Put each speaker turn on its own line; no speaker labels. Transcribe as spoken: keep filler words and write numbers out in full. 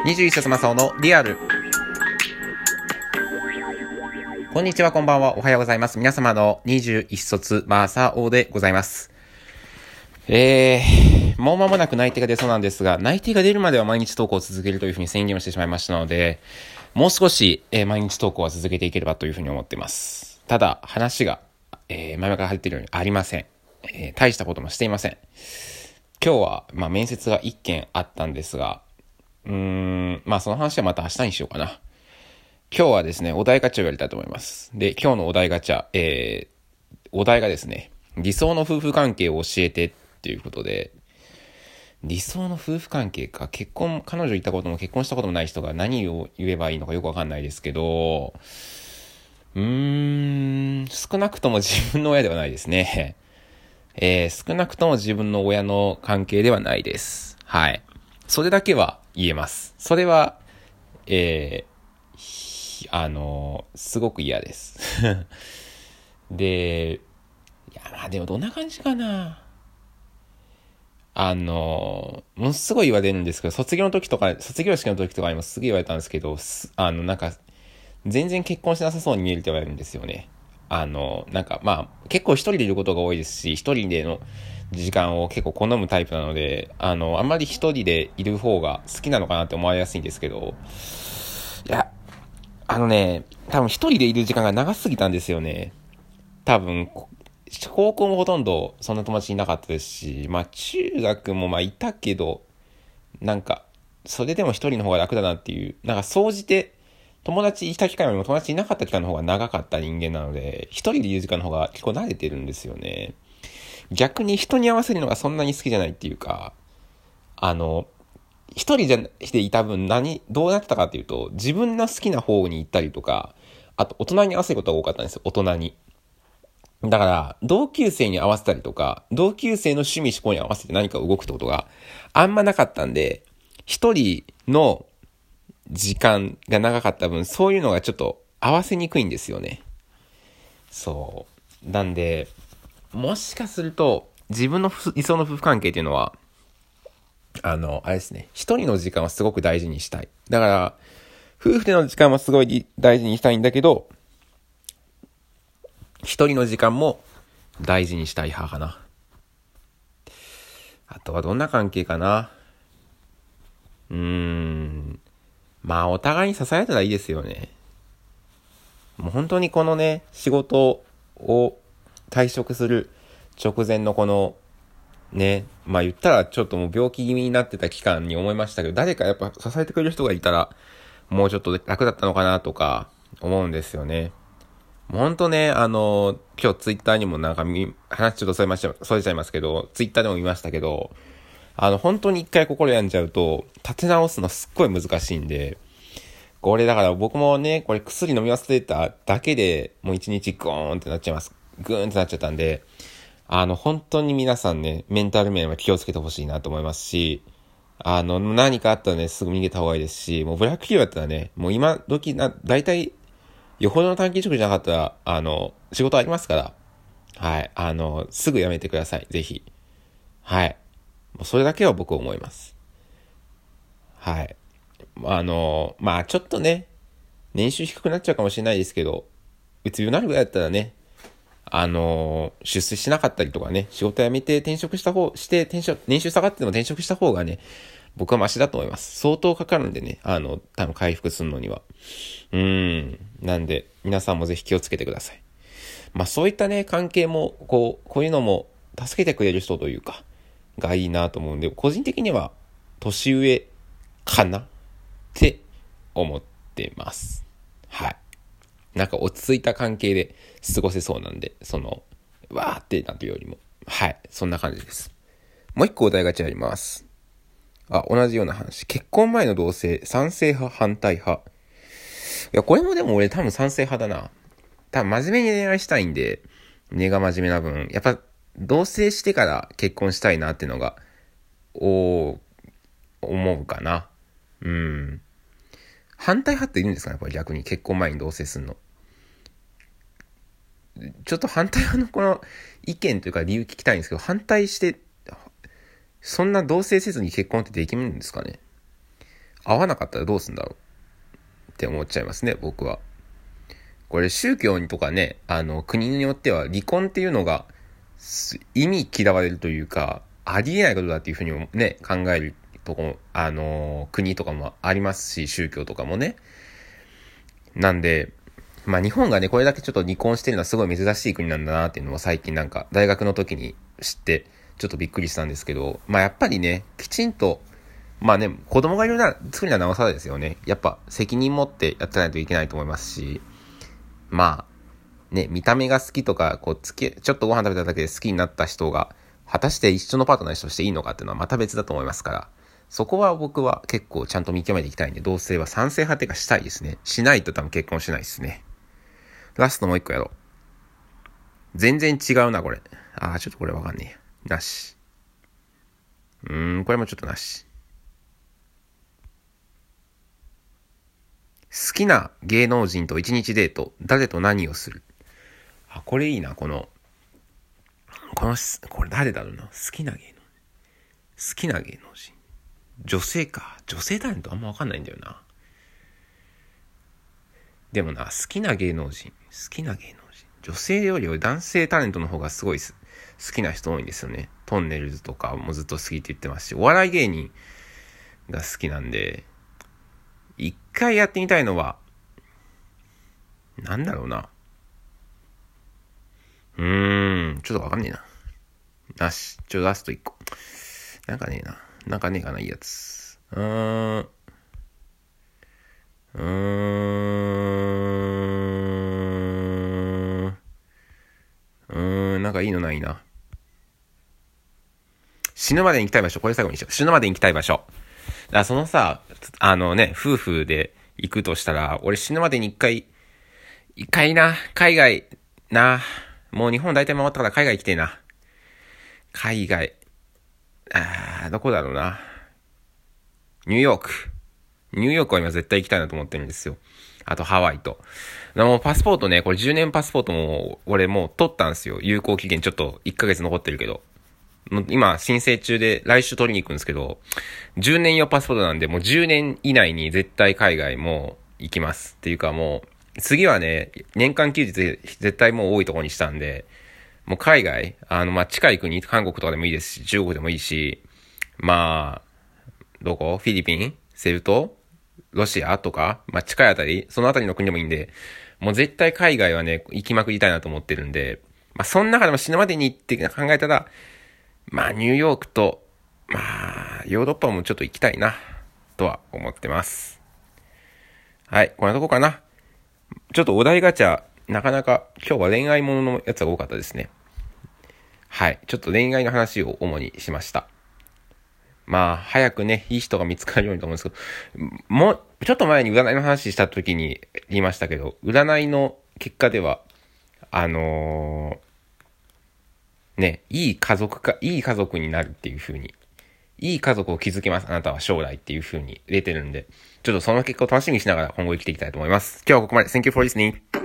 にじゅういっさつ正雄のリアル。こんにちは、こんばんは、おはようございます。皆様のにじゅういっさつ正雄でございます。えー、もう間もなく内定が出そうなんですが、内定が出るまでは毎日投稿を続けるというふうに宣言をしてしまいましたので、もう少し、えー、毎日投稿は続けていければというふうに思っています。ただ、話が、えー、前々から入っているようにありません。えー、大したこともしていません。今日は、まあ、面接がいっけんあったんですが、うーん、まあ、その話はまた明日にしようかな。今日はですね、お題ガチャをやりたいと思います。で、今日のお題ガチャ、えー、お題がですね、理想の夫婦関係を教えてっていうことで、理想の夫婦関係か、結婚、彼女いたことも結婚したこともない人が何を言えばいいのかよくわかんないですけど、うーん、少なくとも自分の親ではないですね。えー、少なくとも自分の親の関係ではないです。はい。それだけは言えます。それは、えー、あのー、すごく嫌です。で、いや、まあでもどんな感じかな。あのー、ものすごい言われるんですけど、卒業の時とか、卒業式の時とかにもすげえ言われたんですけど、あの、なんか、全然結婚しなさそうに見えるって言われるんですよね。あの、なんか、まあ、結構一人でいることが多いですし、一人での時間を結構好むタイプなので、あの、あんまり一人でいる方が好きなのかなって思われやすいんですけど、いや、あのね、多分一人でいる時間が長すぎたんですよね。多分、高校もほとんどそんな友達いなかったですし、まあ中学もまあいたけど、なんか、それでも一人の方が楽だなっていう、なんか総じて、友達いた期間よりも友達いなかった期間の方が長かった人間なので、一人でいる時間の方が結構慣れてるんですよね。逆に人に合わせるのがそんなに好きじゃないっていうか、あの、一人じゃでいた分何、どうなってたかっていうと、自分の好きな方に行ったりとか、あと大人に合わせることが多かったんですよ、大人に。だから、同級生に合わせたりとか、同級生の趣味思考に合わせて何か動くってことがあんまなかったんで、一人の時間が長かった分、そういうのがちょっと合わせにくいんですよね。そう。なんで、もしかすると、自分の理想の夫婦関係っていうのは、あの、あれですね、一人の時間をすごく大事にしたい。だから、夫婦での時間もすごい大事にしたいんだけど、一人の時間も大事にしたい派かな。あとはどんな関係かな。うーん。まあ、お互いに支えたらいいですよね。もう本当にこのね、仕事を退職する直前のこの、ね、まあ言ったらちょっともう病気気味になってた期間に思いましたけど、誰かやっぱ支えてくれる人がいたら、もうちょっと楽だったのかなとか思うんですよね。もうほんとね、あの、今日ツイッターにもなんかみ、話ちょっとそれまし、それちゃいますけど、ツイッターでも見ましたけど、あの、本当に一回心病んじゃうと、立て直すのすっごい難しいんで、これだから僕もね、これ薬飲み忘れただけでもう一日ゴーンってなっちゃいます。グーンってなっちゃったんで、あの、本当に皆さんね、メンタル面は気をつけてほしいなと思いますし、あの、何かあったらね、すぐ逃げた方がいいですし、もうブラック企業だったらね、もう今時な、大体、よほどの短期職じゃなかったら、あの、仕事ありますから、はい、あの、すぐ辞めてください、ぜひ。はい。もうそれだけは僕は思います。はい。あの、まあちょっとね、年収低くなっちゃうかもしれないですけど、うつ病になるぐらいだったらね、あのー、出世しなかったりとかね、仕事辞めて転職した方、して転職、年収下がっても転職した方がね、僕はマシだと思います。相当かかるんでね、あの、多分回復するのには。うーん。なんで、皆さんもぜひ気をつけてください。まあそういったね、関係も、こう、こういうのも助けてくれる人というか、がいいなと思うんで、個人的には、年上かなって思ってます。はい。なんか落ち着いた関係で過ごせそうなんで、その、わーってなるよりも。はい。そんな感じです。もう一個お題ガチャあります。あ、同じような話。結婚前の同棲、賛成派、反対派。いや、これもでも俺多分賛成派だな。多分真面目に恋愛したいんで、根が真面目な分、やっぱ同棲してから結婚したいなっていうのが、お思うかな。うん。反対派っているんですかね、これ逆に結婚前に同棲するの。ちょっと反対派のこの意見というか理由聞きたいんですけど、反対して、そんな同棲せずに結婚ってできるんですかね。 合わなかったらどうすんだろうって思っちゃいますね、僕は。これ宗教にとかね、あの、国によっては離婚っていうのが意味嫌われるというか、ありえないことだっていうふうにね、考えるとこ、あの、国とかもありますし、宗教とかもね。なんで、まあ日本がね、これだけちょっと離婚してるのはすごい珍しい国なんだなっていうのを最近なんか大学の時に知ってちょっとびっくりしたんですけど、まあやっぱりね、きちんと、まあね、子供がいるな、作りはなおさらですよね。やっぱ責任持ってやってないといけないと思いますし、まあ、ね、見た目が好きとか、こう、つけ、ちょっとご飯食べただけで好きになった人が、果たして一緒のパートナーとしていいのかっていうのはまた別だと思いますから、そこは僕は結構ちゃんと見極めていきたいんで、同性は賛成派っていうかしたいですね。しないと多分結婚しないですね。ラストもう一個やろう。全然違うな、これ。あー、ちょっとこれわかんねえや。なし。うーん、これもちょっとなし。好きな芸能人と一日デート、誰と何をする。あ、これいいな、この、この、これ誰だろうな。好きな芸能人。好きな芸能人。女性か。女性タレントあんまわかんないんだよな。でもな、好きな芸能人。好きな芸能人。女性よりは男性タレントの方がすごい好きな人多いんですよね。トンネルズとかもずっと好きって言ってますし、お笑い芸人が好きなんで、一回やってみたいのは、なんだろうな。うーん、ちょっとわかんねえな。なし。ちょ、ラスト一個。なんかねえな。なんかねえかな、いいやつ。うーん。うーん。うーん、なんかいいのないな。死ぬまでに行きたい場所。これ最後にしよう。死ぬまでに行きたい場所。だからそのさ、あのね、夫婦で行くとしたら、俺死ぬまでに一回、一回な、海外、な、もう日本大体回ったから海外来てえな。海外。あー、どこだろうな。ニューヨーク。ニューヨークは今絶対行きたいなと思ってるんですよ。あとハワイと。でもパスポートね、これじゅうねんパスポートも俺もう取ったんですよ。有効期限ちょっといっかげつ残ってるけど。今申請中で来週取りに行くんですけど、じゅうねん用パスポートなんでもうじゅうねん以内に絶対海外も行きます。っていうかもう、次はね、年間休日絶対もう多いところにしたんで、もう海外、あの、まあ、近い国、韓国とかでもいいですし、中国でもいいし、まあ、どこフィリピンセルトロシアとか、まあ、近いあたり、そのあたりの国でもいいんで、もう絶対海外はね、行きまくりたいなと思ってるんで、まあ、その中でも死ぬまでにって考えたら、まあ、ニューヨークと、まあ、ヨーロッパもちょっと行きたいな、とは思ってます。はい、こんなとこかな。ちょっとお題ガチャ、なかなか今日は恋愛もののやつが多かったですね。はい。ちょっと恋愛の話を主にしました。まあ、早くね、いい人が見つかるようにと思うんですけど、もう、ちょっと前に占いの話した時に言いましたけど、占いの結果では、あのー、ね、いい家族か、いい家族になるっていう風に、いい家族を築けます、あなたは将来っていう風に出てるんで、ちょっとその結果を楽しみにしながら今後生きていきたいと思います。今日はここまで。Thank you for listening.